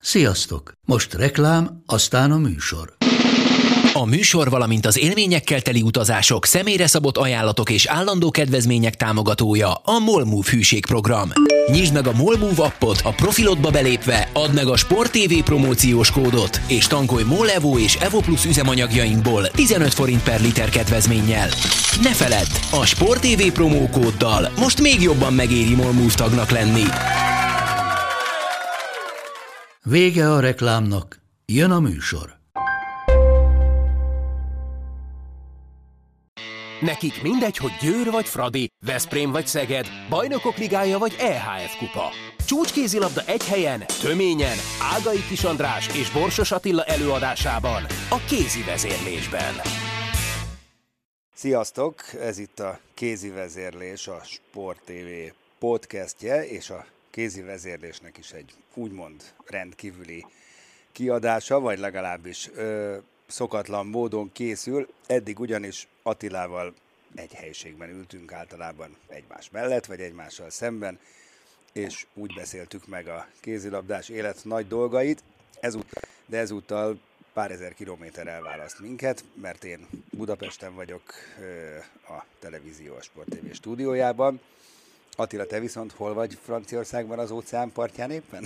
Sziasztok! Most reklám, aztán a műsor. A műsor, valamint az élményekkel teli utazások, személyre szabott ajánlatok és állandó kedvezmények támogatója a MOL Move hűségprogram. Nyisd meg a MOL Move appot, a profilodba belépve add meg a Sport TV promóciós kódot, és tankolj MOL Evo és Evo Plus üzemanyagjainkból 15 forint per liter kedvezménnyel. Ne feledd, a Sport TV promókóddal most még jobban megéri MOL Move tagnak lenni. Vége a reklámnak, jön a műsor. Nekik mindegy, hogy Győr vagy Fradi, Veszprém vagy Szeged, Bajnokok Ligája vagy EHF kupa. Csúcskézilabda egy helyen, töményen, Ágai Kis András és Borsos Attila előadásában, a Kézi Vezérlésben. Sziasztok! Ez itt a Kézi Vezérlés, a Sport TV podcastje, és a Kézi Vezérlésnek is egy úgymond rendkívüli kiadása, vagy legalábbis szokatlan módon készül. Eddig ugyanis Attilával egy helyiségben ültünk általában egymás mellett, vagy egymással szemben, és úgy beszéltük meg a kézilabdás élet nagy dolgait, de ezúttal pár ezer kilométer elválaszt minket, mert én Budapesten vagyok a televízió, a Sport TV stúdiójában. Attila, te viszont hol vagy Franciaországban, az óceán partján éppen?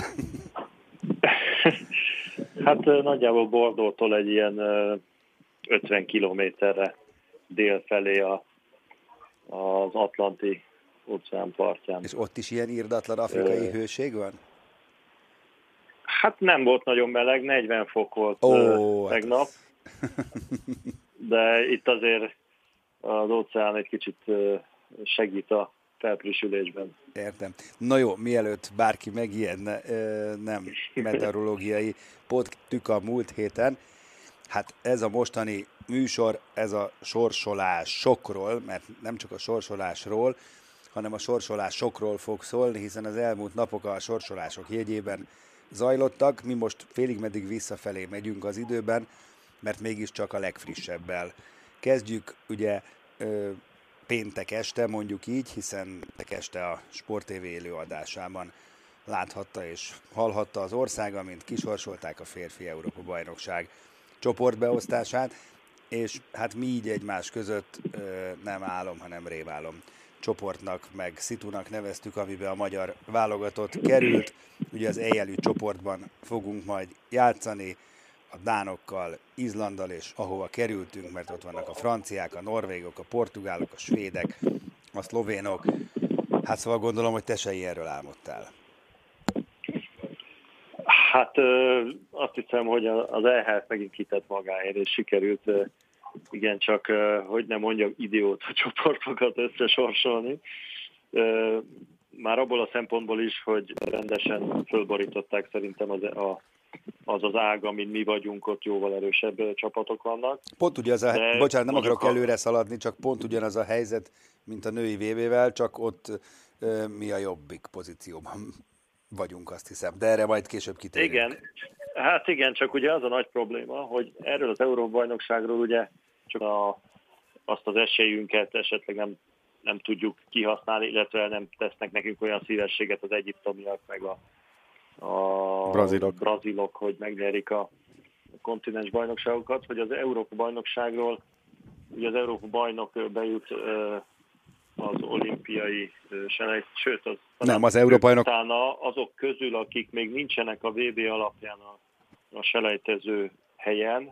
Hát nagyjából Bordeaux-tól egy ilyen 50 kilométerre dél felé az Atlanti óceán partján. És ott is ilyen irdatlan afrikai hőség van? Hát nem volt nagyon meleg, 40 fok volt tegnap, de itt azért az óceán egy kicsit segít a felfrissülésben. Értem. Na jó, mielőtt bárki megijedne, nem meteorológiai podcastük a múlt héten, hát ez a mostani műsor, ez a sorsolásokról, mert nem csak a sorsolásról, hanem a sorsolásokról fog szólni, hiszen az elmúlt napok a sorsolások jegyében zajlottak, mi most félig meddig visszafelé megyünk az időben, mert mégiscsak a legfrissebbel kezdjük, ugye péntek este, mondjuk így, hiszen péntek este a Sport TV élőadásában láthatta és hallhatta az ország, amint kisorsolták a férfi Európa-bajnokság csoportbeosztását, és hát mi így egymás között nem álom, hanem rémálom csoportnak, meg szitunak neveztük, amiben a magyar válogatott került. Ugye az E-jelű csoportban fogunk majd játszani a dánokkal, Izlanddal, és ahova kerültünk, mert ott vannak a franciák, a norvégok, a portugálok, a svédek, a szlovénok. Hát szóval gondolom, hogy te se ilyenről álmodtál. Hát azt hiszem, hogy az EHF megint kitett magáért, és sikerült igencsak, hogy nem mondjam, idióta csoportokat összesorsolni. Már abból a szempontból is, hogy rendesen fölborították szerintem az ág, amin mi vagyunk, ott jóval erősebb csapatok vannak. Pont ugye bocsánat, nem akarok előre szaladni, csak pont ugyanaz a helyzet, mint a női VB-vel, csak ott mi a jobbik pozícióban vagyunk, azt hiszem. De erre majd később kitérünk. Igen, hát igen, csak ugye az a nagy probléma, hogy erről az Európa-bajnokságról ugye csak azt az esélyünket esetleg nem tudjuk kihasználni, illetve nem tesznek nekünk olyan szívességet az egyiptomiak, meg a brazilok, hogy megnyerik a kontinens bajnokságokat, hogy az Európa-bajnokságról, ugye az Európa-bajnok bejut az olimpiai sőt, az Európa-bajnok utána azok közül, akik még nincsenek a VB alapján a selejtező helyen,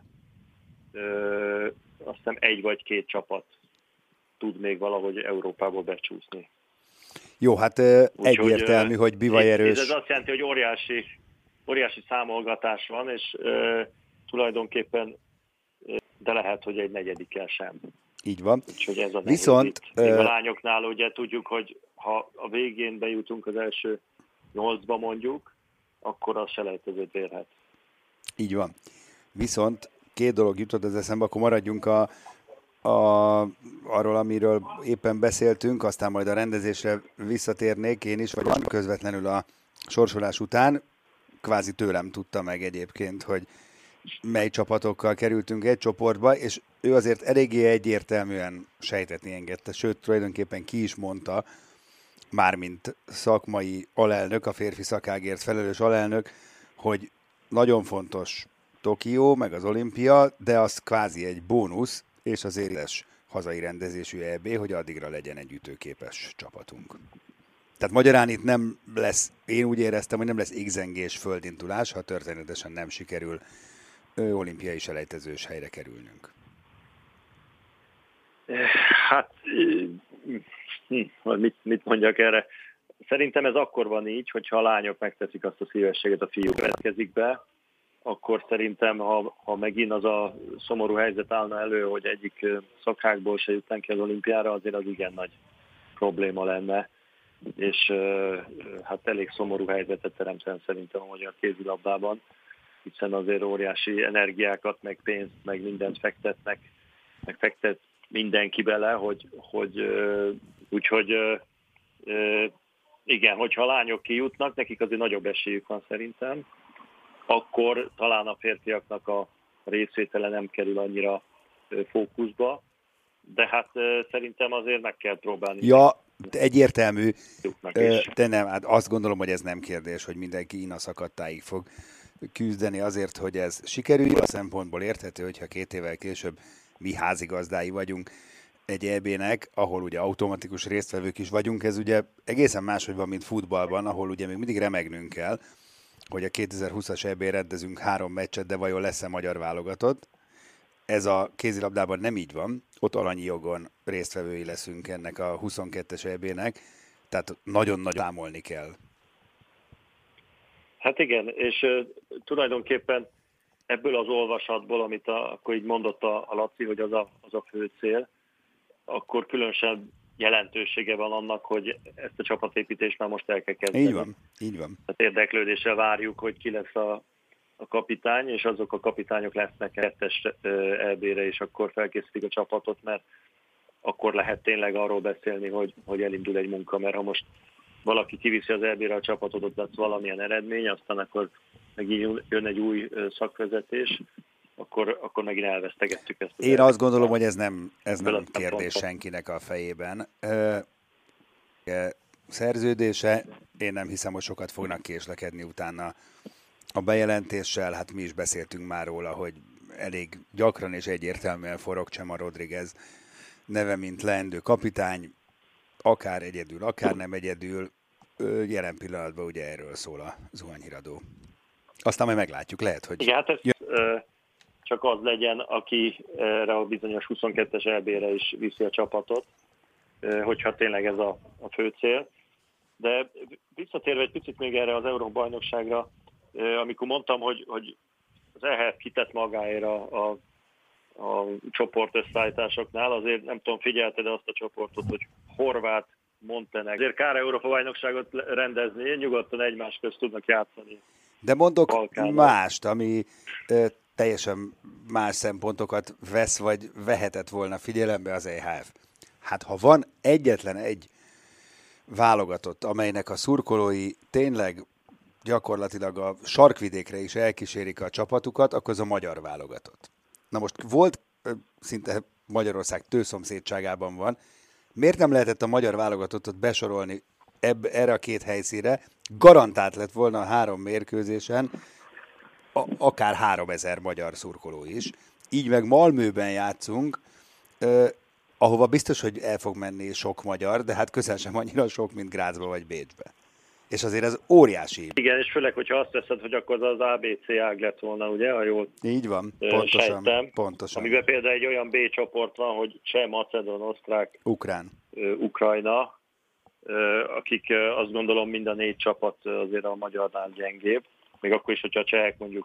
azt hiszem 1 vagy 2 csapat tud még valahogy Európába becsúszni. Jó, hát egyértelmű, hogy bivaj erős. Ez azt jelenti, hogy óriási számolgatás van, és tulajdonképpen de lehet, hogy egy negyedikkel sem. Így van. Úgyhogy ez a viszont a lányoknál ugye tudjuk, hogy ha a végén bejutunk az első 8-ba mondjuk, akkor az selejtezőt érhet. Így van. Viszont 2 dolog jutott az eszembe, akkor maradjunk arról, amiről éppen beszéltünk, aztán majd a rendezésre visszatérnék én is, vagy közvetlenül a sorsolás után. Kvázi tőlem tudta meg egyébként, hogy mely csapatokkal kerültünk egy csoportba, és ő azért eléggé egyértelműen sejtetni engedte, sőt, tulajdonképpen ki is mondta, mármint szakmai alelnök, a férfi szakágért felelős alelnök, hogy nagyon fontos Tokió, meg az olimpia, de az kvázi egy bónusz, és az éles hazai rendezésű EB, hogy addigra legyen egy ütőképes csapatunk. Tehát magyarán itt nem lesz, én úgy éreztem, hogy nem lesz igzengés földindulás, ha történetesen nem sikerül olimpiai selejtezős helyre kerülnünk. Hát, mit mondjak erre? Szerintem ez akkor van így, hogyha a lányok megteszik azt a szívességet, a fiúk következik be, akkor szerintem, ha megint az a szomorú helyzet állna elő, hogy egyik szakákból se jutnánk ki az olimpiára, azért az igen nagy probléma lenne, és hát elég szomorú helyzetet teremtsen szerintem a magyar kézilabdában, hiszen azért óriási energiákat, meg pénzt, meg mindent fektetnek, meg fektet mindenki bele, úgyhogy igen, hogyha a lányok kijutnak, nekik azért nagyobb esélyük van szerintem, akkor talán a férfiaknak a részvétele nem kerül annyira fókuszba, de hát szerintem azért meg kell próbálni. Ja, egyértelmű, de nem, hát azt gondolom, hogy ez nem kérdés, hogy mindenki inaszakadtáig fog küzdeni azért, hogy ez sikerüljön. A szempontból érthető, hogyha 2 évvel később mi házigazdái vagyunk egy EB-nek, ahol ugye automatikus résztvevők is vagyunk, ez ugye egészen máshogy van, mint futballban, ahol ugye még mindig remegnünk kell, hogy a 2020-as EB-n rendezünk 3 meccset, de vajon lesz-e magyar válogatott? Ez a kézilabdában nem így van, ott alanyi jogon résztvevői leszünk ennek a 22-es EB-nek, tehát nagyon-nagyon számolni kell. Hát igen, és tulajdonképpen ebből az olvasatból, amit akkor így mondott a Laci, hogy az a fő cél, akkor különösen jelentősége van annak, hogy ezt a csapatépítést már most el kell kezdeni. Így van. Tehát érdeklődéssel várjuk, hogy ki lesz a kapitány, és azok a kapitányok lesznek 2-es EB-re, és akkor felkészítik a csapatot, mert akkor lehet tényleg arról beszélni, hogy elindul egy munka, mert ha most valaki kiviszi az EB-re a csapatot, ott lesz valamilyen eredmény, aztán akkor megint jön egy új szakvezetés, akkor megint elvesztegettük ezt. Én azt gondolom, hogy ez nem kérdés senkinek a fejében. Szerződése, én nem hiszem, hogy sokat fognak késlekedni utána a bejelentéssel. Hát mi is beszéltünk már róla, hogy elég gyakran és egyértelműen forog Chema Rodriguez neve, mint leendő kapitány, akár egyedül, akár nem egyedül. Jelen pillanatban ugye erről szól a zuhanyhíradó. Aztán majd meglátjuk, lehet, hogy... Igen, hát ez csak az legyen, aki erre a bizonyos 22-es EB-re is viszi a csapatot, hogyha tényleg ez a fő cél. De visszatérve egy picit még erre az Európa-bajnokságra, amikor mondtam, hogy az EHF kitett magáért a csoportösszeállításoknál, azért nem tudom, figyelted azt a csoportot, hogy Horvát, Montenegro. Azért kár Európa-bajnokságot rendezni, nyugodtan egymás közt tudnak játszani. De mondok Balkánon mást, ami teljesen más szempontokat vesz, vagy vehetett volna figyelembe az EHF. Hát ha van egyetlen egy válogatott, amelynek a szurkolói tényleg gyakorlatilag a sarkvidékre is elkísérik a csapatukat, akkor az a magyar válogatott. Na most volt, szinte Magyarország tőszomszédságában van, miért nem lehetett a magyar válogatottat besorolni erre a 2 helyszínre? Garantált lett volna a 3 mérkőzésen akár 3000 magyar szurkoló is. Így meg Malmöben játszunk, ahova biztos, hogy el fog menni sok magyar, de hát közel sem annyira sok, mint Grazba vagy Bécsbe. És azért ez óriási. Igen, és főleg, hogyha azt teszed, hogy akkor az ABC ág lett volna, ugye, ha jól így van, pontosan. Amiben például egy olyan B csoport van, hogy Cseh, Macedón, Osztrák, Ukrajna, akik azt gondolom mind a 4 csapat azért a magyarnál gyengébb. Még akkor is, hogyha a csehek mondjuk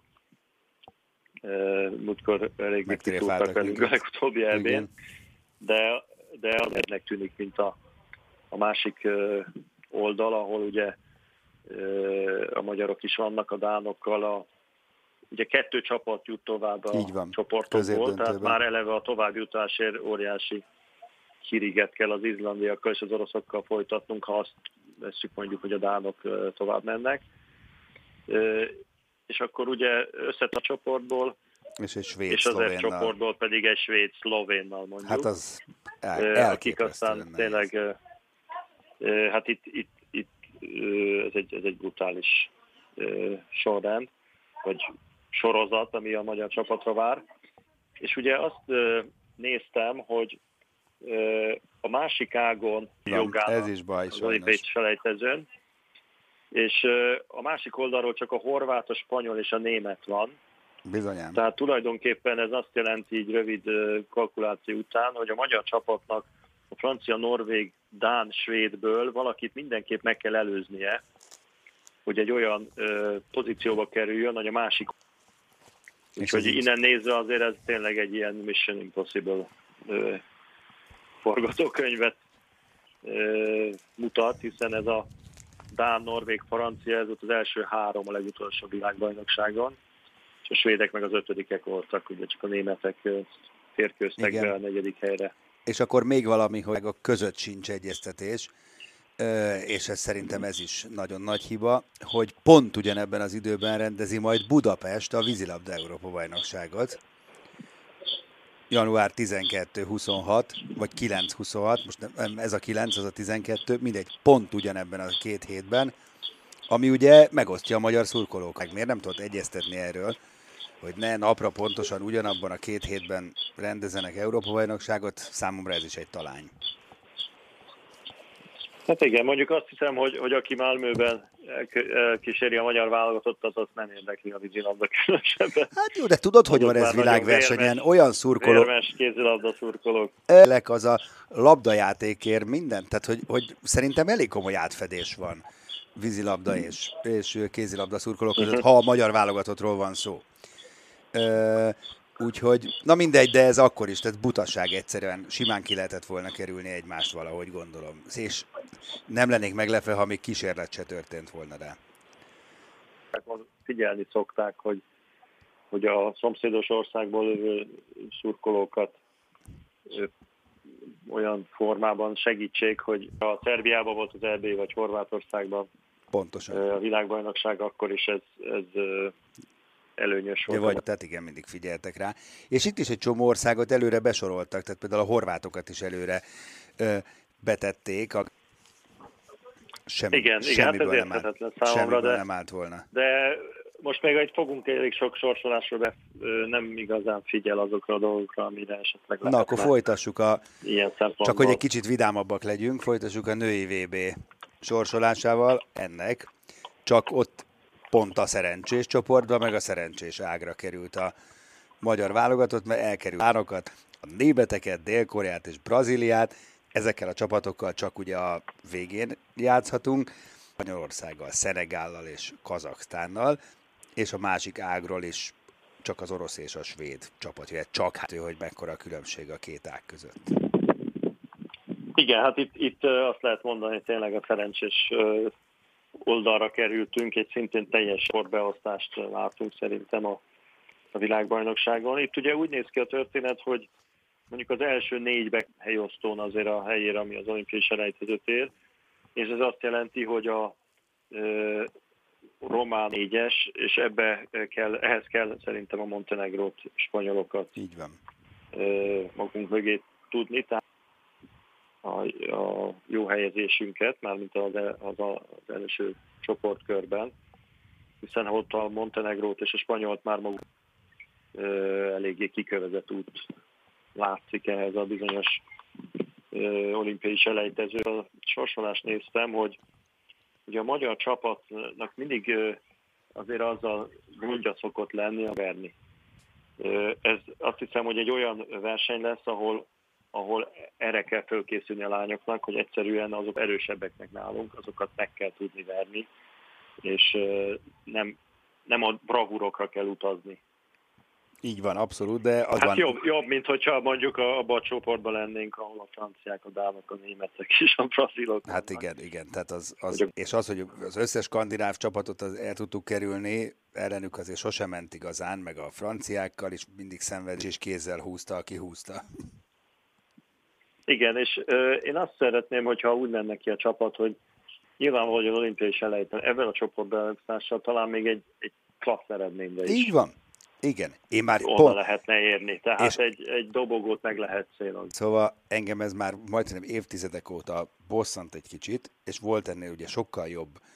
múltkor elég megtisztultak velünk a legutóbbi EB-n, de azért tűnik, mint a másik oldal, ahol ugye a magyarok is vannak a dánokkal. Ugye 2 csapat jut tovább a csoportokból, tehát már eleve a továbbjutásért óriási híriget kell az izlandiakkal és az oroszokkal folytatnunk, ha azt vesszük mondjuk, hogy a dánok tovább mennek. És akkor ugye összet a csoportból, és egy svéd és az egy csoportból pedig egy svéd-szlovénnal mondjuk. Hát az akik aztán tényleg, hát itt ez egy brutális sorrend. vagy sorozat, ami a magyar csapatra vár. És ugye azt néztem, hogy a másik ágon jogán ez is baj, az olimpiai selejtezőn, és a másik oldalról csak a horvát, a spanyol és a német van. Bizonyán. Tehát tulajdonképpen ez azt jelenti így rövid kalkuláció után, hogy a magyar csapatnak a francia, norvég, dán, svédből valakit mindenképp meg kell előznie, hogy egy olyan pozícióba kerüljön, hogy a másik. Úgyhogy innen nézve azért ez tényleg egy ilyen Mission Impossible forgatókönyvet mutat, hiszen ez a dán, norvég, francia, ez volt az első 3 a legutolsó világbajnokságon, és a svédek meg az 5. voltak, ugye csak a németek férkőztek be a 4. helyre. És akkor még valami, hogy a között sincs egyeztetés, és ez szerintem ez is nagyon nagy hiba, hogy pont ugyanebben az időben rendezi majd Budapest a vízilabda Európa-bajnokságot. Január 12-26, vagy 9-26, most nem, ez a 9, az a 12, mindegy, pont ugyanebben a 2 hétben, ami ugye megosztja a magyar szurkolókat. Miért nem tudott egyeztetni erről, hogy ne napra pontosan ugyanabban a 2 hétben rendezenek Európa-bajnokságot, számomra ez is egy talány. Hát igen, mondjuk azt hiszem, hogy aki Malmöben kíséri a magyar válogatottat, azt nem érdekli a vízilabda különösebben. Hát jó, de tudod, hogy van ez világversenyen, olyan szurkolók. Vérmes kézilabda szurkolók. Az a labdajátékért mindent, tehát hogy szerintem elég komoly átfedés van vízilabda és kézilabda szurkolók között, ha a magyar válogatottról van szó. Úgyhogy, na mindegy, de ez akkor is, tehát butaság egyszerűen, simán ki lehetett volna kerülni egymást valahogy, gondolom. És nem lennék meglepve, ha még kísérlet se történt volna rá. Figyelni szokták, hogy a szomszédos országból lévő szurkolókat olyan formában segítsék, hogy a Szerbiában volt az EB, vagy Horvátországban pontosan a világbajnokság, akkor is ez előnyös volt. Vagy, tehát igen, mindig figyeltek rá. És itt is egy csomó országot előre besoroltak, tehát például a horvátokat is előre betették. Semmiből nem állt volna. De most még egy fogunk elég sok sorsolásról, nem igazán figyel azokra a dolgokra, amire esetleg lehet. Na, akkor folytassuk ilyen szempontból. Csak hogy egy kicsit vidámabbak legyünk, folytassuk a női VB sorsolásával ennek. Csak ott pont a szerencsés csoportba, meg a szerencsés ágra került a magyar válogatott, mert elkerült árakat, a németeket, Dél-Koreát és Brazíliát, ezekkel a csapatokkal csak ugye a végén játszhatunk, Spanyolországgal, Szenegállal és Kazaksztánnal, és a másik ágról is csak az orosz és a svéd csapat, ugye csak hogy mekkora a különbség a 2 ág között. Igen, hát itt azt lehet mondani, hogy tényleg a szerencsés oldalra kerültünk, egy szintén teljes sportbeosztást látunk szerintem a világbajnokságon. Itt ugye úgy néz ki a történet, hogy mondjuk az első 4 helyosztón azért a helyére, ami az olimpiai selejtezőt ér, és ez azt jelenti, hogy a román 4-es, és ehhez kell szerintem a Montenegrót, spanyolokat így van. Magunk mögé tudni, tehát a jó helyezésünket, mármint az első csoportkörben, hiszen ott a Montenegrót és a spanyolt már maguk eléggé kikövezett út látszik ehhez a bizonyos olimpiai selejtező. A sorsolást néztem, hogy ugye a magyar csapatnak mindig azért az a gondja szokott lenni a verni. Ez azt hiszem, hogy egy olyan verseny lesz, ahol erre kell fölkészülni a lányoknak, hogy egyszerűen azok erősebbeknek nálunk, azokat meg kell tudni verni, és nem a bravúrokra kell utazni. Így van, abszolút, de az hát van... jobb, mint hogyha mondjuk abban a csoportban lennénk, ahol a franciák, a dánok, a németek és a brazilok. Hát igen, tehát és az, hogy az összes skandináv csapatot el tudtuk kerülni, ellenük azért sosem ment igazán, meg a franciákkal is mindig szenvedés és kézzel húzta, aki húzta. Igen, és én azt szeretném, hogyha úgy menne ki a csapat, hogy nyilvánvalóan az olimpiai selejten ebben a csoportbeosztással talán még egy klassz eredményre is. Így van. Igen. Én már oda lehetne érni, tehát egy dobogót meg lehet célozni. Szóval engem ez már majdnem évtizedek óta bosszant egy kicsit, és volt ennél ugye sokkal jobb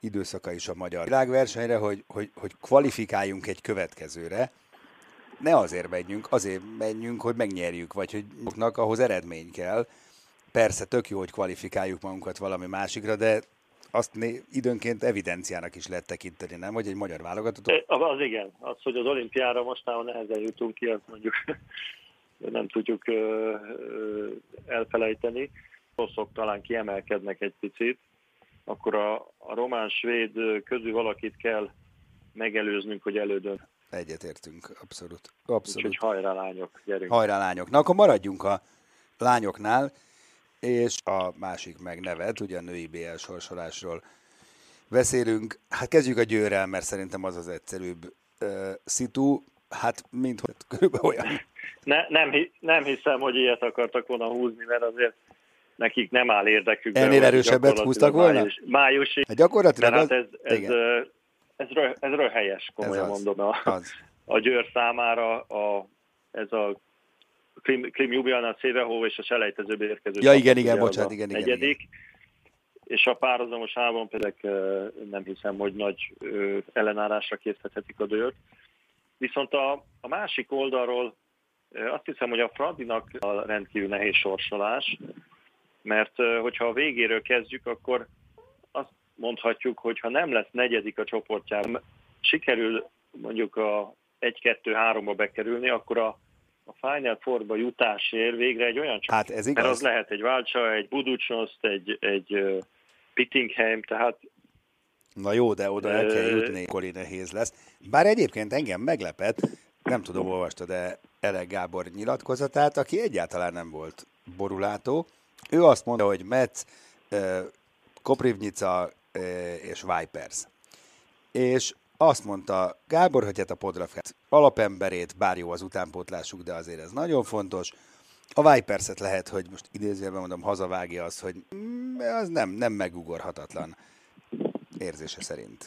időszaka is a magyar világversenyre, hogy kvalifikáljunk egy következőre. Ne azért menjünk, hogy megnyerjük, vagy hogy ahhoz eredmény kell. Persze tök jó, hogy kvalifikáljuk magunkat valami másikra, de azt időnként evidenciának is lehet tekinteni, nem? Hogy egy magyar válogatott. Az igen. Az, hogy az olimpiára mostában nehezen jutunk ki, azt mondjuk nem tudjuk elfelejteni. Rosszok talán kiemelkednek egy picit, akkor a román-svéd közül valakit kell megelőznünk, hogy elődön. Egyetértünk, abszolút. Úgyhogy hajrá lányok, gyerünk. Hajrá lányok. Na akkor maradjunk a lányoknál, és a másik meg neved, ugye a női BL sorsolásról beszélünk. Hát kezdjük a Győrrel, mert szerintem az egyszerűbb szitu. Hát körülbelül olyan. Nem hiszem, hogy ilyet akartak volna húzni, mert azért nekik nem áll érdekükben. Ennél erősebbet húztak volna? Májusig. Hát gyakorlatilag hát ez röhelyes, komolyan mondom. A Győr számára ez a Klim Ljubljana, Szévehov és a selejtezőbe érkező. Ja, igen, bocsánat, igen. Negyedik. És a párhuzamos hában pedig nem hiszem, hogy nagy ellenállásra készíthetik a Győrt. Viszont a másik oldalról azt hiszem, hogy a Fradinak a rendkívül nehéz sorsolás, mert hogyha a végéről kezdjük, akkor azt mondhatjuk, hogy ha nem lesz negyedik a csoportjában, sikerül mondjuk a 1-2-3-ba bekerülni, akkor a Final Four-ba jutásért végre egy olyan csoport. Hát ez igaz. Mert az lehet egy Válcsa, egy Buducsnoszt, egy Pittingheim, tehát... Na jó, de oda el kell jutni, akkor nehéz lesz. Bár egyébként engem meglepett, nem tudom, olvastad-e Elek Gábor nyilatkozatát, aki egyáltalán nem volt borulátó. Ő azt mondta, hogy Metz, Koprivnica és Vipers. És azt mondta Gábor, hogy hát a Podravka alapemberét, bár jó az utánpótlásuk, de azért ez nagyon fontos. A Viperset lehet, hogy most idézőjelben mondom, hazavágja az, hogy az nem megugorhatatlan érzése szerint.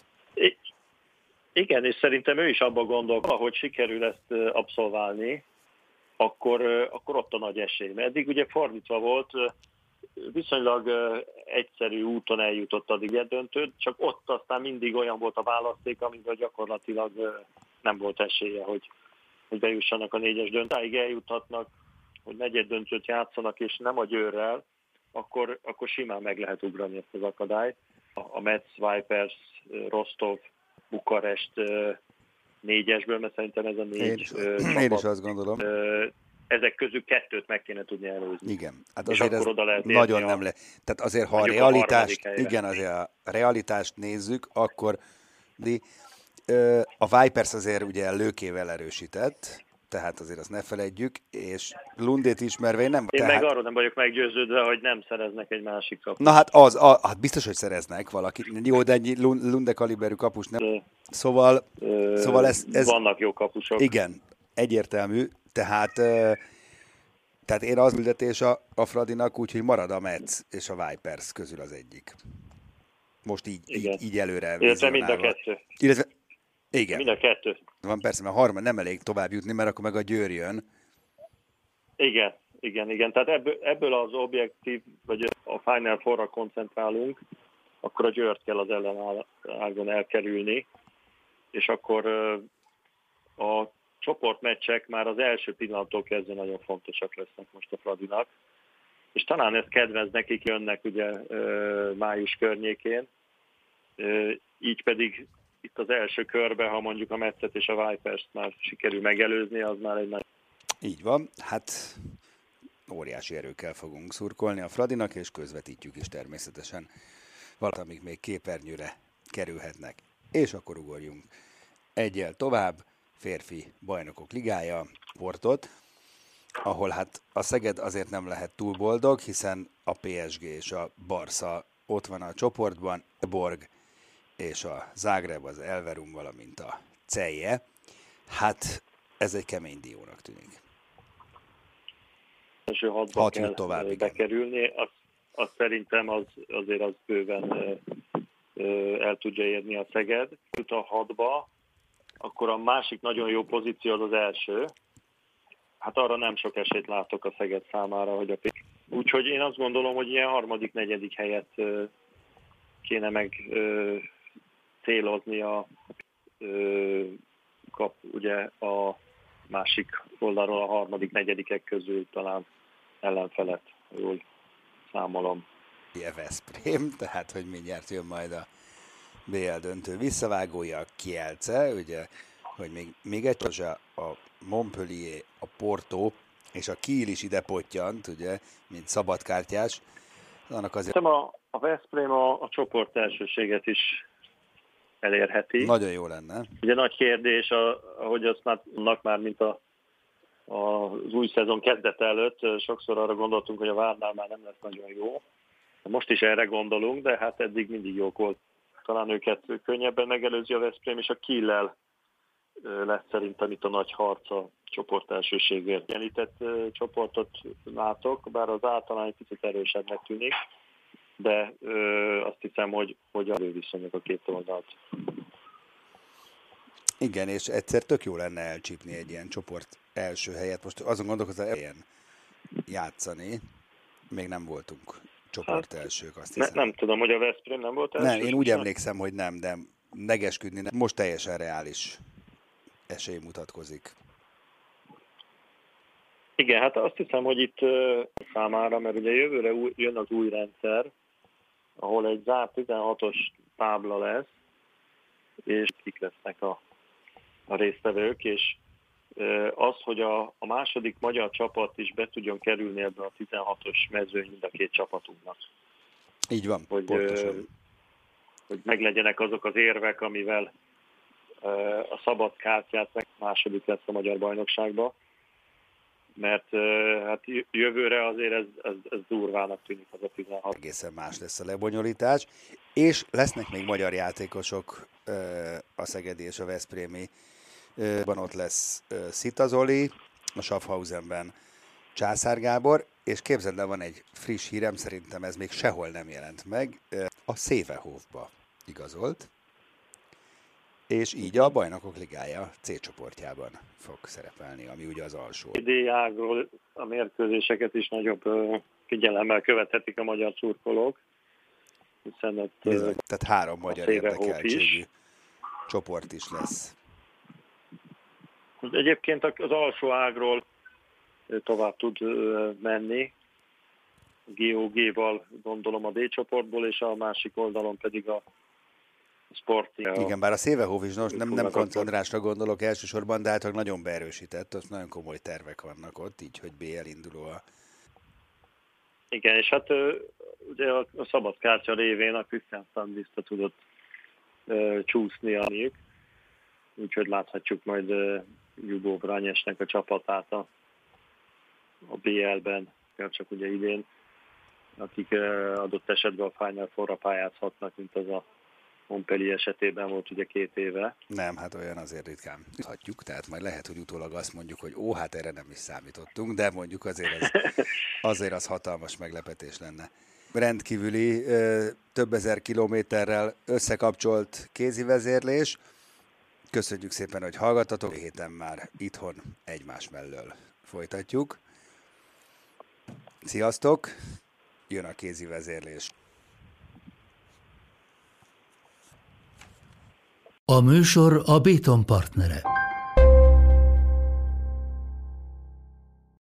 Igen, és szerintem ő is abban gondol, hogy sikerül ezt abszolválni, akkor ott a nagy esély. Mert eddig ugye fordítva volt, viszonylag egyszerű úton eljutott a döntőt, csak ott aztán mindig olyan volt a választék, amivel gyakorlatilag nem volt esélye, hogy bejussanak a négyes döntőig, eljuthatnak, hogy negyed döntőt játszanak, és nem a Győrrel, akkor simán meg lehet ugrani ezt az akadályt. A Metz, Vipers, Rostov, Bukarest négyesből, mert szerintem ez a négy csapat. Én is azt gondolom. Ezek közül 2 meg kéne tudni előzni. Igen, hát azért ez nagyon nem lehet. Tehát azért, ha azért a realitást nézzük, akkor a Vipers azért ugye Lőkével erősített, tehát azért azt ne feledjük, és Lundét ismerve nem... Én meg arról nem vagyok meggyőződve, hogy nem szereznek egy másik kapust. Na hát hát biztos, hogy szereznek valakit. Jó, de ennyi Lunde kaliberű kapus nem. Szóval ez... Vannak jó kapusok. Igen, egyértelmű. Tehát én az küldetés a Fradinak, úgyhogy marad a Metz és a Vipers közül az egyik. Most így előre. Illetve mind a kettő. Igen. Mind a kettő. Van persze, mert harmad nem elég tovább jutni, mert akkor meg a Győr jön. Igen. Tehát ebből az objektív, vagy a Final Four-ra koncentrálunk, akkor a Győrt kell az ellenágon elkerülni, és akkor a csoportmeccsek már az első pillanattól kezdve nagyon fontosak lesznek most a Fradinak. És talán ez kedvez nekik, jönnek ugye május környékén, így pedig itt az első körben, ha mondjuk a Metzet és a Vipers-t már sikerül megelőzni, az már egy nagy... Így van, hát óriási erőkkel fogunk szurkolni a Fradinak, és közvetítjük is természetesen valamit, amik még képernyőre kerülhetnek. És akkor ugorjunk egyel tovább, férfi bajnokok ligája, sportot, ahol hát a Szeged azért nem lehet túl boldog, hiszen a PSG és a Barca ott van a csoportban, a Borg és a Zágráb, az Elverum, valamint a Celje. Hát ez egy kemény diónak tűnik. Első 6-ba kell tovább, bekerülni, azt szerintem azért az bőven el tudja érni a Szeged. Jut a 6-ba, akkor a másik nagyon jó pozíció az első. Hát arra nem sok esélyt látok a Szeged számára, hogy úgyhogy én azt gondolom, hogy ilyen 3.-4. helyet kéne meg célozni kap ugye a másik oldalról a harmadik, negyedikek közül talán ellenfelet, jól számolom. Veszprém, tehát hogy mindjárt jön majd a BL döntő visszavágója, a Kielce, ugye, hogy még egy a Montpellier, a Porto és a Kiel is ide pottyant, ugye, mint szabadkártyás. Annak azért... A Veszprém a csoport elsőséget is elérheti. Nagyon jó lenne. Ugye nagy kérdés, ahogy azt már mint az új szezon kezdete előtt, sokszor arra gondoltunk, hogy a Várnál már nem lesz nagyon jó. Most is erre gondolunk, de hát eddig mindig jók volt. Talán őket könnyebben megelőzi a Veszprém, és a Kiellel lesz szerintem itt a nagy harc a csoport elsőségért. Említett csoportot látok, bár az általán egy picit erősebbnek tűnik, de azt hiszem, hogy a viszonyok a két oldalt. Igen, és egyszer tök jó lenne elcsípni egy ilyen csoport első helyet. Most azon gondolkozom, hogy ilyen játszani. Még nem voltunk csoport elsők, azt hiszem. Nem tudom, hogy a Veszprém nem volt első. Nem, én úgy emlékszem, hogy nem, de negesküdni nem. Most teljesen reális esély mutatkozik. Igen, hát azt hiszem, hogy itt számára, mert ugye jövőre jön az új rendszer, ahol egy zárt 16-os tábla lesz, és kik lesznek a résztvevők, és az, hogy a második magyar csapat is be tudjon kerülni ebbe a 16-os mezőny mind a két csapatunknak. Így van, pontosan. Hogy meglegyenek azok az érvek, amivel a szabad kártyát meg második lesz a magyar bajnokságban, mert hát jövőre azért ez durvának tűnik az a 16. Egészen más lesz a lebonyolítás, és lesznek még magyar játékosok a szegedi és a veszprémi. Ott lesz Szita Zoli, a Schaffhausenben Császár Gábor, és képzeld el, van egy friss hírem, szerintem ez még sehol nem jelent meg, a Szévehofba igazolt, és így a Bajnokok Ligája C csoportjában fog szerepelni, ami ugye az alsó. D-ágról a mérkőzéseket is nagyobb figyelemmel követhetik a magyar szurkolók, hiszen ott bizony, tehát 3 magyar érdekeltségű csoport is lesz. Egyébként az alsó ágról tovább tud menni, GOG-val gondolom a D csoportból, és a másik oldalon pedig a Sporting. Igen, bár a Szévehof is nem Koncz Andrásra gondolok elsősorban, de hát nagyon beerősített, ott nagyon komoly tervek vannak ott, így, hogy BL induló a... Igen, és hát ugye a szabad kártya révén a Christian Sandvista tudott csúszni a nők, úgyhogy láthatjuk majd Jubó Branyesnek a csapatát a BL-ben, csak ugye idén, akik adott esetben a Final Four-ra pályázhatnak, mint az a Montpellier esetében volt ugye 2 éve. Nem, hát olyan azért ritkán tudhatjuk, tehát majd lehet, hogy utólag azt mondjuk, hogy hát erre nem is számítottunk, de mondjuk azért az hatalmas meglepetés lenne. Rendkívüli, több ezer kilométerrel összekapcsolt kézivezérlés. Köszönjük szépen, hogy hallgattatok. A héten már itthon egymás mellől folytatjuk. Sziasztok! Jön a kézivezérlés. A műsor a Béton partnere.